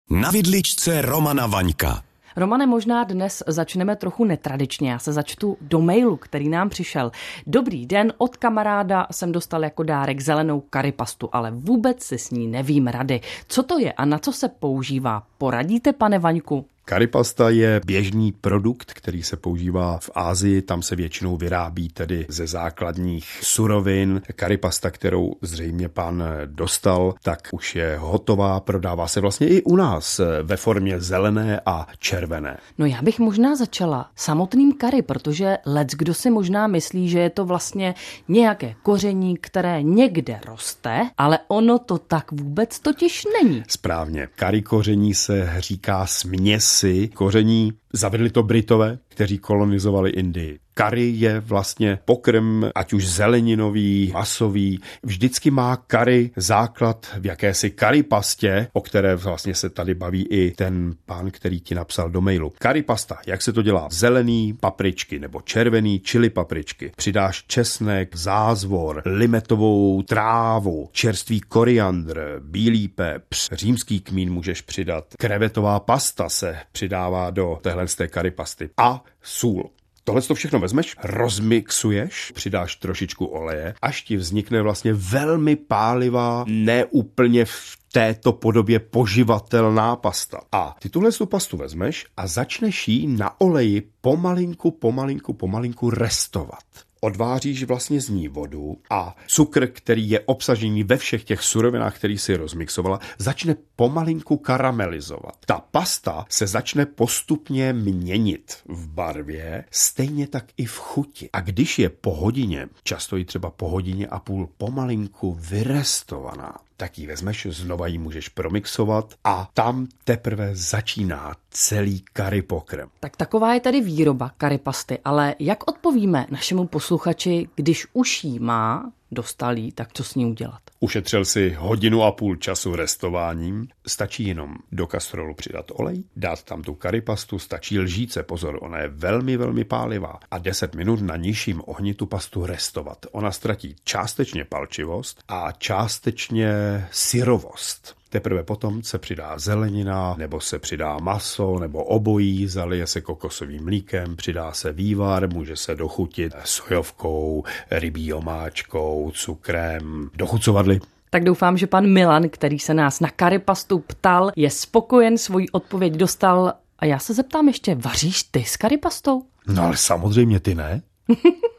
Na vidličce Romana Vaňka. Romane, možná dnes začneme trochu netradičně. Já se začtu do mailu, který nám přišel. Dobrý den, od kamaráda jsem dostal jako dárek zelenou karipastu, ale vůbec si s ní nevím rady. Co to je a na co se používá? Poradíte, pane Vaňku? Karipasta je běžný produkt, který se používá v Asii, tam se většinou vyrábí tedy ze základních surovin. Karipasta, kterou zřejmě pan dostal, tak už je hotová, prodává se vlastně i u nás ve formě zelené a červené. No já bych možná začala samotným kari, protože leckdo si možná myslí, že je to vlastně nějaké koření, které někde roste, ale ono to tak vůbec totiž není. Správně. Kari koření se říká směs koření. Zavedli to Britové, kteří kolonizovali Indii. Kari je vlastně pokrm, ať už zeleninový, masový. Vždycky má kari základ v jakési karipastě, o které vlastně se tady baví i ten pán, který ti napsal do mailu. Karipasta, jak se to dělá? Zelený papričky nebo červený chili papričky. Přidáš česnek, zázvor, limetovou trávu, čerstvý koriandr, bílý pepř, římský kmín můžeš přidat. Krevetová pasta se přidává do téhle karipasty a sůl. Tohle to všechno vezmeš, rozmixuješ, přidáš trošičku oleje, až ti vznikne vlastně velmi pálivá, neúplně v této podobě poživatelná pasta. A ty tuhle pastu vezmeš a začneš ji na oleji pomalinku restovat. Odváříš vlastně z ní vodu a cukr, který je obsažený ve všech těch surovinách, který si rozmixovala, začne pomalinku karamelizovat. Ta pasta se začne postupně měnit v barvě, stejně tak i v chuti. A když je po hodině, často i třeba po hodině a půl pomalinku vyrestovaná, tak ji vezmeš, znova ji můžeš promixovat a tam teprve začíná celý kari pokrm. Tak taková je tady výroba karipasty, ale jak odpovíme našemu posluchači, když už jí má, dostal jí, tak co s ní udělat? Ušetřil si 1,5 hodiny času restováním, stačí jenom do kastrolu přidat olej, dát tam tu karipastu, stačí lžíce, pozor, ona je velmi, velmi pálivá a 10 minut na nižším ohni tu pastu restovat. Ona ztratí částečně palčivost a částečně syrovost. Teprve potom se přidá zelenina, nebo se přidá maso, nebo obojí, zalije se kokosovým mlíkem, přidá se vývar, může se dochutit sojovkou, rybí omáčkou, cukrem, dochucovadly. Tak doufám, že pan Milan, který se nás na karipastu ptal, je spokojen, svoji odpověď dostal. A já se zeptám ještě, vaříš ty s karipastou? No ale samozřejmě ty ne.